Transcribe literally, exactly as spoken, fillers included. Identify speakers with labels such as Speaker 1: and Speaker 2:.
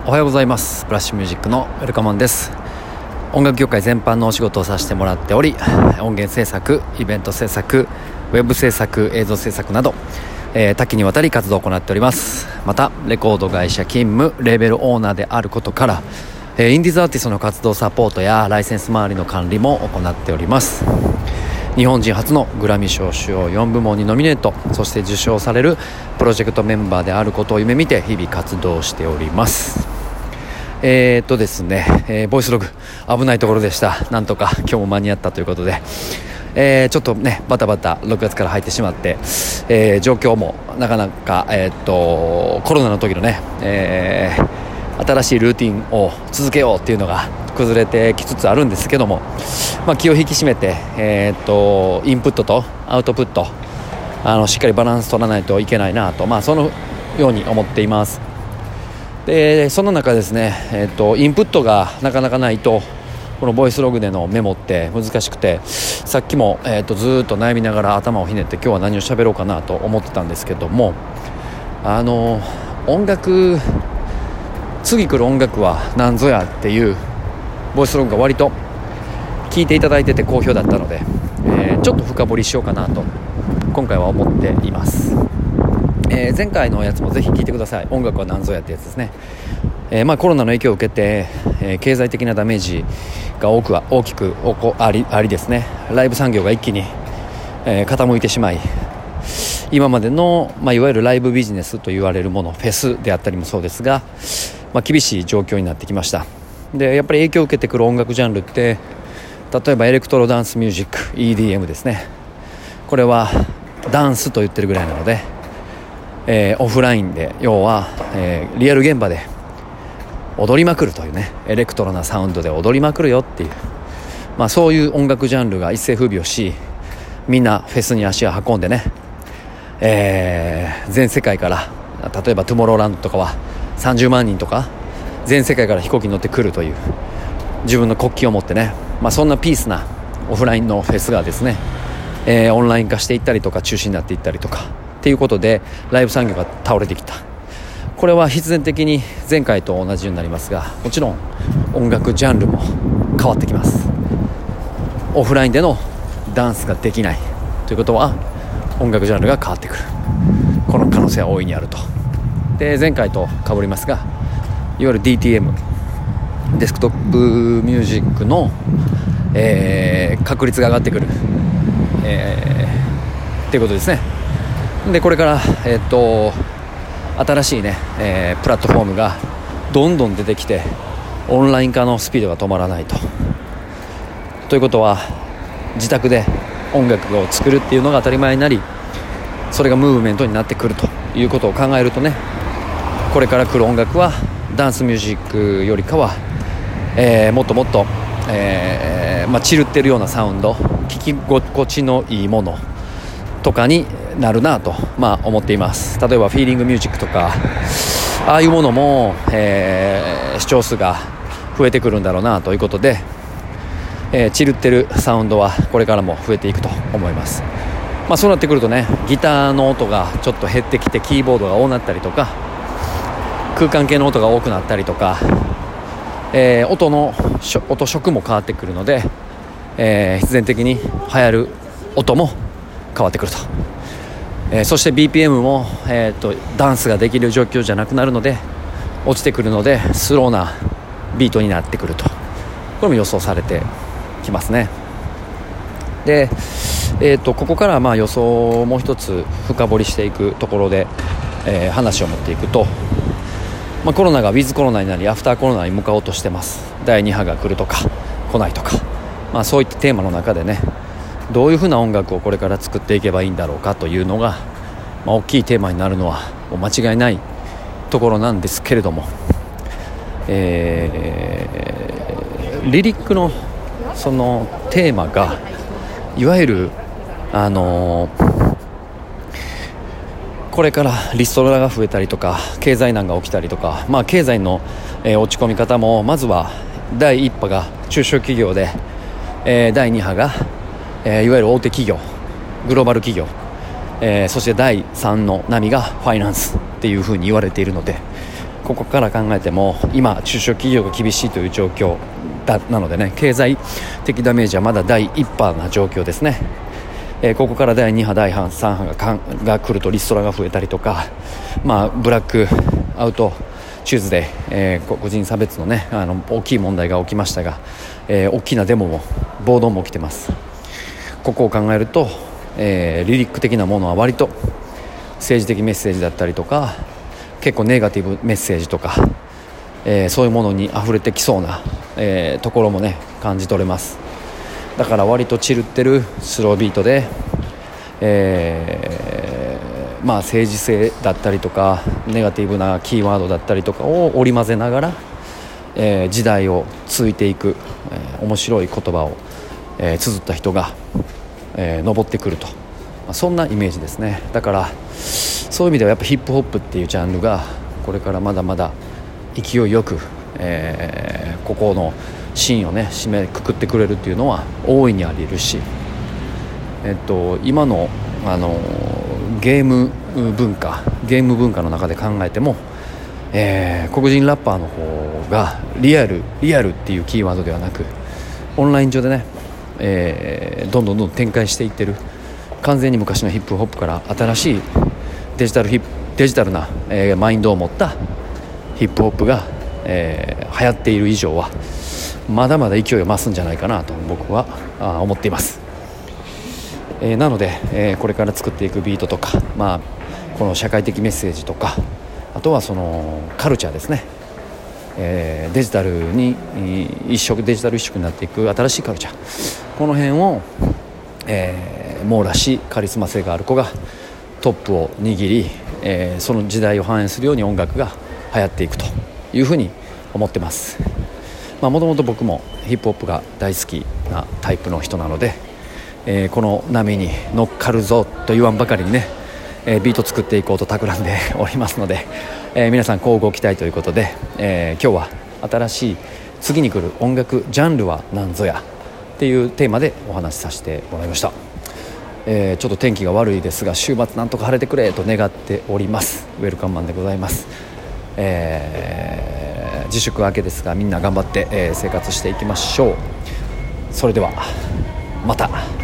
Speaker 1: おはようございます。ブラッシュミュージックのウェルカマンです。音楽業界全般のお仕事をさせてもらっており、音源制作、イベント制作、ウェブ制作、映像制作など、えー、多岐にわたり活動を行っております。またレコード会社勤務、レーベルオーナーであることから、えー、インディーズアーティストの活動サポートやライセンス周りの管理も行っております。日本人初のグラミー賞主要よん部門にノミネート、そして受賞されるプロジェクトメンバーであることを夢見て日々活動しております。えーっとですね、えー、ボイスログ危ないところでした。なんとか今日も間に合ったということで、えー、ちょっとねバタバタろくがつから入ってしまって、えー、状況もなかなか、えー、っとコロナの時のね、えー、新しいルーティンを続けようっていうのが崩れてきつつあるんですけども、まあ、気を引き締めて、えー、っとインプットとアウトプットあのしっかりバランス取らないといけないなと、まあ、そのように思っています。でその中ですね、えー、とインプットがなかなかないとこのボイスログでのメモって難しくて、さっきも、えー、とずっと悩みながら頭をひねって今日は何を喋ろうかなと思ってたんですけども、あの音楽次来る音楽は何ぞやっていうボイスログが割と聞いていただいてて好評だったので、えー、ちょっと深掘りしようかなと今回は思っています。えー、前回のやつもぜひ聞いてください。音楽は何ぞやってやつですね。えーまあ、コロナの影響を受けて、えー、経済的なダメージが多くは大きくおこあり、ありですね、ライブ産業が一気に、えー、傾いてしまい、今までの、まあ、いわゆるライブビジネスと言われるもの、フェスであったりもそうですが、まあ、厳しい状況になってきました。でやっぱり影響を受けてくる音楽ジャンルって、例えばエレクトロダンスミュージック イーディーエム ですね。これはダンスと言ってるぐらいなので、えー、オフラインで要は、えー、リアル現場で踊りまくるというね、エレクトロなサウンドで踊りまくるよっていう、まあ、そういう音楽ジャンルが一世風靡をし、みんなフェスに足を運んでね、えー、全世界から、例えばトゥモローランドとかはさんじゅうまんにんとか全世界から飛行機に乗ってくるという、自分の国旗を持ってね、まあ、そんなピースなオフラインのフェスがですね、えー、オンライン化していったりとか中止になっていったりとかっていうことでライブ産業が倒れてきた。これは必然的に前回と同じようになりますが、もちろん音楽ジャンルも変わってきます。オフラインでのダンスができないということは音楽ジャンルが変わってくる、この可能性は大いにあると。で前回と被りますが、いわゆる ディーティーエム デスクトップミュージックの、えー、確率が上がってくる、えー、っていうことですね。でこれから、えー、っと新しいね、えー、プラットフォームがどんどん出てきて、オンライン化のスピードが止まらないと。ということは自宅で音楽を作るっていうのが当たり前になり、それがムーブメントになってくるということを考えるとね、これから来る音楽はダンスミュージックよりかは、えー、もっともっと、えーまあ、チルってるようなサウンド、聞き心地のいいものとかになるなと、まあ、思っています。例えばフィーリングミュージックとかああいうものも、えー、視聴数が増えてくるんだろうなということで、えー、チルってるサウンドはこれからも増えていくと思います。まあ、そうなってくるとね、ギターの音がちょっと減ってきてキーボードが多くなったりとか、空間系の音が多くなったりとか、えー、音の音色も変わってくるので、えー、必然的に流行る音も変わってくると、えー、そして ビーピーエム も、えー、とダンスができる状況じゃなくなるので落ちてくるので、スローなビートになってくると、これも予想されてきますね。で、えー、とここからはまあ予想をもう一つ深掘りしていくところで、えー、話を持っていくと、まあ、コロナがウィズコロナになりアフターコロナに向かおうとしてます。だいに波が来るとか来ないとか、まあ、そういったテーマの中でね、どういうふうな音楽をこれから作っていけばいいんだろうかというのが、まあ、大きいテーマになるのはもう間違いないところなんですけれども、えー、リリックのそのテーマがいわゆるあのー、これからリストラが増えたりとか経済難が起きたりとか、まあ、経済の、えー、落ち込み方も、まずはだいいち波が中小企業で、えー、だいに波がえー、いわゆる大手企業、グローバル企業、えー、そしてだいさんの波がファイナンスっていう風に言われているので、 ここから考えても今中小企業が厳しいという状況だなのでね、経済的ダメージはまだだいいっ波な状況ですね。えー、ここからだいに波だいさん波がかんが来るとリストラが増えたりとか、まあ、ブラックアウトチューズデー、えー、個人差別のねあの大きい問題が起きましたが、えー、大きなデモも暴動も起きてます。ここを考えると、えー、リリック的なものは割と政治的メッセージだったりとか結構ネガティブメッセージとか、えー、そういうものに溢れてきそうな、えー、ところもね感じ取れます。だから割とチルってるスロービートで、えーまあ、政治性だったりとかネガティブなキーワードだったりとかを織り交ぜながら、えー、時代を続いていく、えー、面白い言葉を、えー、綴った人が、えー、上ってくると、まあ、そんなイメージですね。だからそういう意味ではやっぱヒップホップっていうジャンルがこれからまだまだ勢いよく、えー、ここのシーンをね締めくくってくれるっていうのは大いにあり得るし、えっと、今の、あのゲーム文化ゲーム文化の中で考えても、えー、黒人ラッパーの方がリアルリアルっていうキーワードではなくオンライン上でね、えー、どんどんどんどん展開していってる完全に昔のヒップホップから新しいデジタルヒップデジタルな、えー、マインドを持ったヒップホップが、えー、流行っている以上はまだまだ勢いを増すんじゃないかなと僕はあ思っています。えー、なので、えー、これから作っていくビートとか、まあ、この社会的メッセージとかあとはそのカルチャーですね、えー、デジタルに一色デジタル一色になっていく新しいカルチャー、この辺を、えー、網羅しカリスマ性がある子がトップを握り、えー、その時代を反映するように音楽が流行っていくというふうに思ってます。もともと僕もヒップホップが大好きなタイプの人なので、えー、この波に乗っかるぞと言わんばかりにね、えー、ビート作っていこうと企んでおりますので、えー、皆さん乞うご期待ということで、えー、今日は新しい次に来る音楽ジャンルは何ぞやっていうテーマでお話しさせてもらいました。えー、ちょっと天気が悪いですが週末なんとか晴れてくれと願っております。ウェルカムマンでございます。えー、自粛明けですがみんな頑張って、えー、生活していきましょう。それではまた。